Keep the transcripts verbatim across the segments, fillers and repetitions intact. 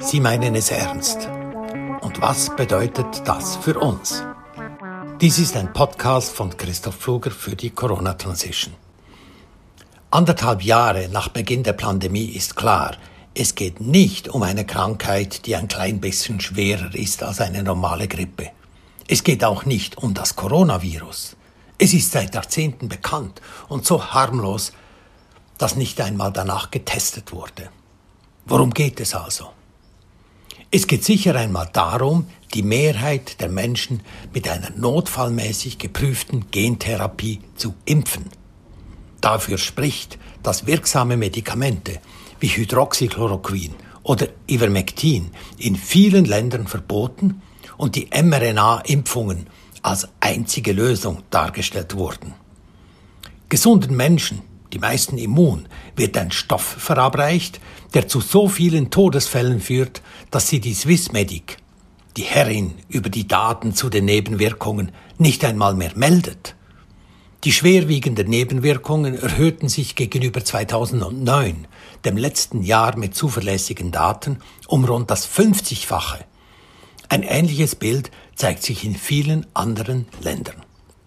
Sie meinen es ernst. Und was bedeutet das für uns? Dies ist ein Podcast von Christoph Pfluger für die Corona Transition. Anderthalb Jahre nach Beginn der Pandemie ist klar, es geht nicht um eine Krankheit, die ein klein bisschen schwerer ist als eine normale Grippe. Es geht auch nicht um das Coronavirus. Es ist seit Jahrzehnten bekannt und so harmlos, dass nicht einmal danach getestet wurde. Worum geht es also? Es geht sicher einmal darum, die Mehrheit der Menschen mit einer notfallmäßig geprüften Gentherapie zu impfen. Dafür spricht, dass wirksame Medikamente wie Hydroxychloroquin oder Ivermectin in vielen Ländern verboten und die mRNA-Impfungen als einzige Lösung dargestellt wurden. Gesunden Menschen, die meisten immun, wird ein Stoff verabreicht, der zu so vielen Todesfällen führt, dass sie die Swissmedic, die Herrin über die Daten zu den Nebenwirkungen, nicht einmal mehr meldet. Die schwerwiegenden Nebenwirkungen erhöhten sich gegenüber zweitausendneun, dem letzten Jahr mit zuverlässigen Daten, um rund das fünfzigfache. Ein ähnliches Bild zeigt sich in vielen anderen Ländern.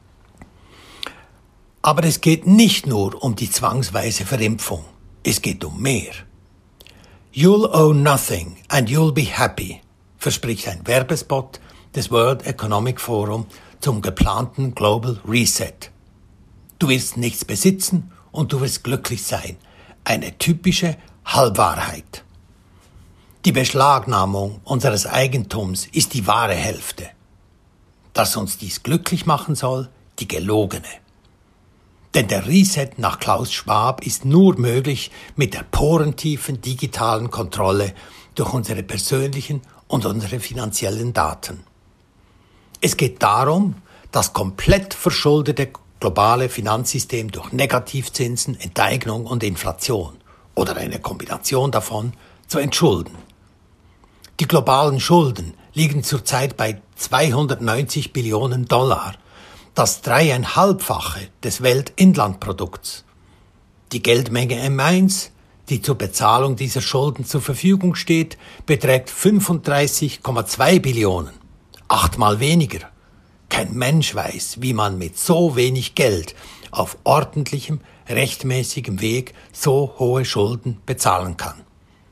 Aber es geht nicht nur um die zwangsweise Verimpfung, es geht um mehr. You'll owe nothing and you'll be happy, verspricht ein Werbespot des World Economic Forum zum geplanten Global Reset. Du wirst nichts besitzen und du wirst glücklich sein. Eine typische Halbwahrheit. Die Beschlagnahmung unseres Eigentums ist die wahre Hälfte. Dass uns dies glücklich machen soll, die gelogene. Denn der Reset nach Klaus Schwab ist nur möglich mit der porentiefen digitalen Kontrolle durch unsere persönlichen und unsere finanziellen Daten. Es geht darum, das komplett verschuldete globale Finanzsystem durch Negativzinsen, Enteignung und Inflation oder eine Kombination davon zu entschulden. Die globalen Schulden liegen zurzeit bei zweihundertneunzig Billionen Dollar, das dreieinhalbfache des Weltinlandprodukts. Die Geldmenge M eins, die zur Bezahlung dieser Schulden zur Verfügung steht, beträgt fünfunddreißig Komma zwei Billionen, achtmal weniger. Kein Mensch weiß, wie man mit so wenig Geld auf ordentlichem, rechtmäßigem Weg so hohe Schulden bezahlen kann.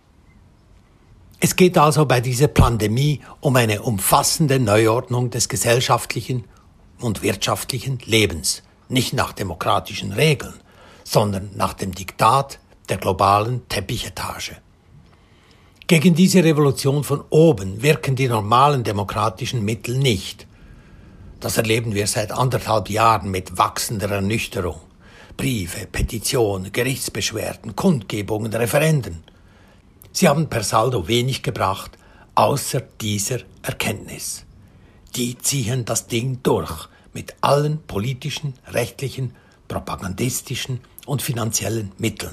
Es geht also bei dieser Pandemie um eine umfassende Neuordnung des gesellschaftlichen und wirtschaftlichen Lebens, nicht nach demokratischen Regeln, sondern nach dem Diktat der globalen Teppichetage. Gegen diese Revolution von oben wirken die normalen demokratischen Mittel nicht. Das erleben wir seit anderthalb Jahren mit wachsender Ernüchterung. Briefe, Petitionen, Gerichtsbeschwerden, Kundgebungen, Referenden. Sie haben per Saldo wenig gebracht, außer dieser Erkenntnis. Die ziehen das Ding durch mit allen politischen, rechtlichen, propagandistischen und finanziellen Mitteln.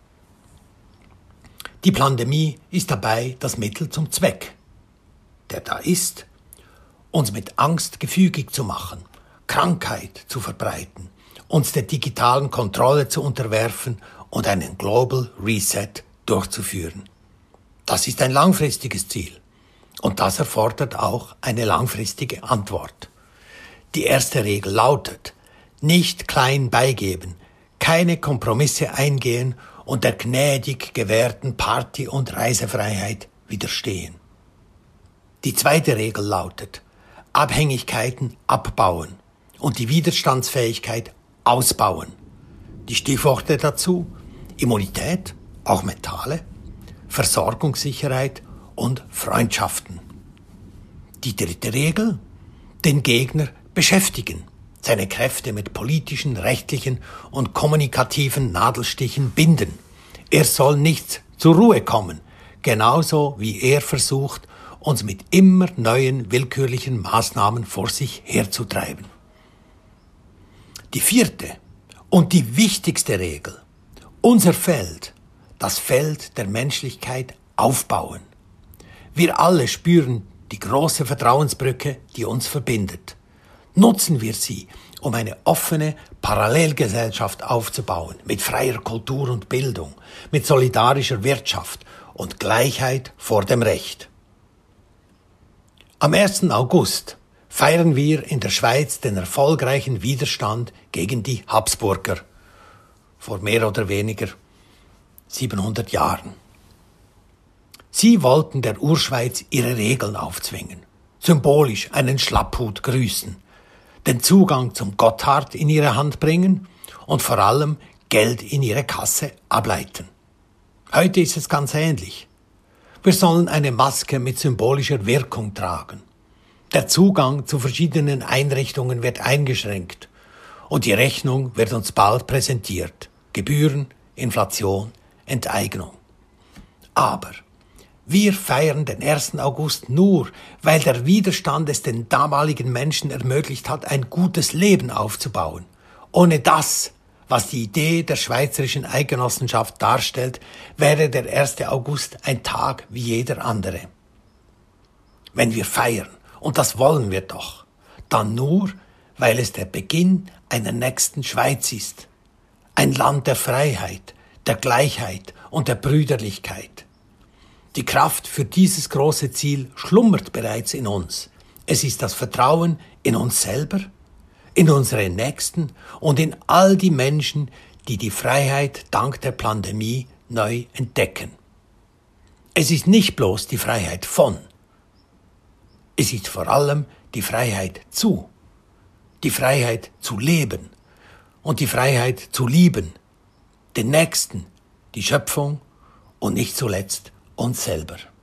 Die Pandemie ist dabei das Mittel zum Zweck, der da ist, uns mit Angst gefügig zu machen, Krankheit zu verbreiten, uns der digitalen Kontrolle zu unterwerfen und einen Global Reset durchzuführen. Das ist ein langfristiges Ziel. Und das erfordert auch eine langfristige Antwort. Die erste Regel lautet, nicht klein beigeben, keine Kompromisse eingehen und der gnädig gewährten Party- und Reisefreiheit widerstehen. Die zweite Regel lautet, Abhängigkeiten abbauen und die Widerstandsfähigkeit ausbauen. Die Stichworte dazu, Immunität, auch mentale, Versorgungssicherheit und Freundschaften. Die dritte Regel, den Gegner beschäftigen, seine Kräfte mit politischen, rechtlichen und kommunikativen Nadelstichen binden. Er soll nicht zur Ruhe kommen, genauso wie er versucht, uns mit immer neuen willkürlichen Maßnahmen vor sich herzutreiben. Die vierte und die wichtigste Regel, unser Feld, das Feld der Menschlichkeit aufbauen. Wir alle spüren die große Vertrauensbrücke, die uns verbindet. Nutzen wir sie um eine offene Parallelgesellschaft aufzubauen, mit freier Kultur und Bildung, mit solidarischer Wirtschaft und Gleichheit vor dem Recht. Am ersten August feiern wir in der Schweiz den erfolgreichen Widerstand gegen die Habsburger vor mehr oder weniger siebenhundert Jahren. Sie wollten der Urschweiz ihre Regeln aufzwingen, symbolisch einen Schlapphut grüßen, den Zugang zum Gotthard in ihre Hand bringen und vor allem Geld in ihre Kasse ableiten. Heute ist es ganz ähnlich. Wir sollen eine Maske mit symbolischer Wirkung tragen. Der Zugang zu verschiedenen Einrichtungen wird eingeschränkt und die Rechnung wird uns bald präsentiert. Gebühren, Inflation, Enteignung. Aber wir feiern den ersten August nur, weil der Widerstand es den damaligen Menschen ermöglicht hat, ein gutes Leben aufzubauen. Ohne das, was die Idee der schweizerischen Eidgenossenschaft darstellt, wäre der erste August ein Tag wie jeder andere. Wenn wir feiern, und das wollen wir doch, dann nur, weil es der Beginn einer nächsten Schweiz ist. Ein Land der Freiheit, der Gleichheit und der Brüderlichkeit. Die Kraft für dieses große Ziel schlummert bereits in uns. Es ist das Vertrauen in uns selber, in unsere Nächsten und in all die Menschen, die die Freiheit dank der Pandemie neu entdecken. Es ist nicht bloß die Freiheit von, es ist vor allem die Freiheit zu, die Freiheit zu leben und die Freiheit zu lieben, den Nächsten, die Schöpfung und nicht zuletzt uns selber.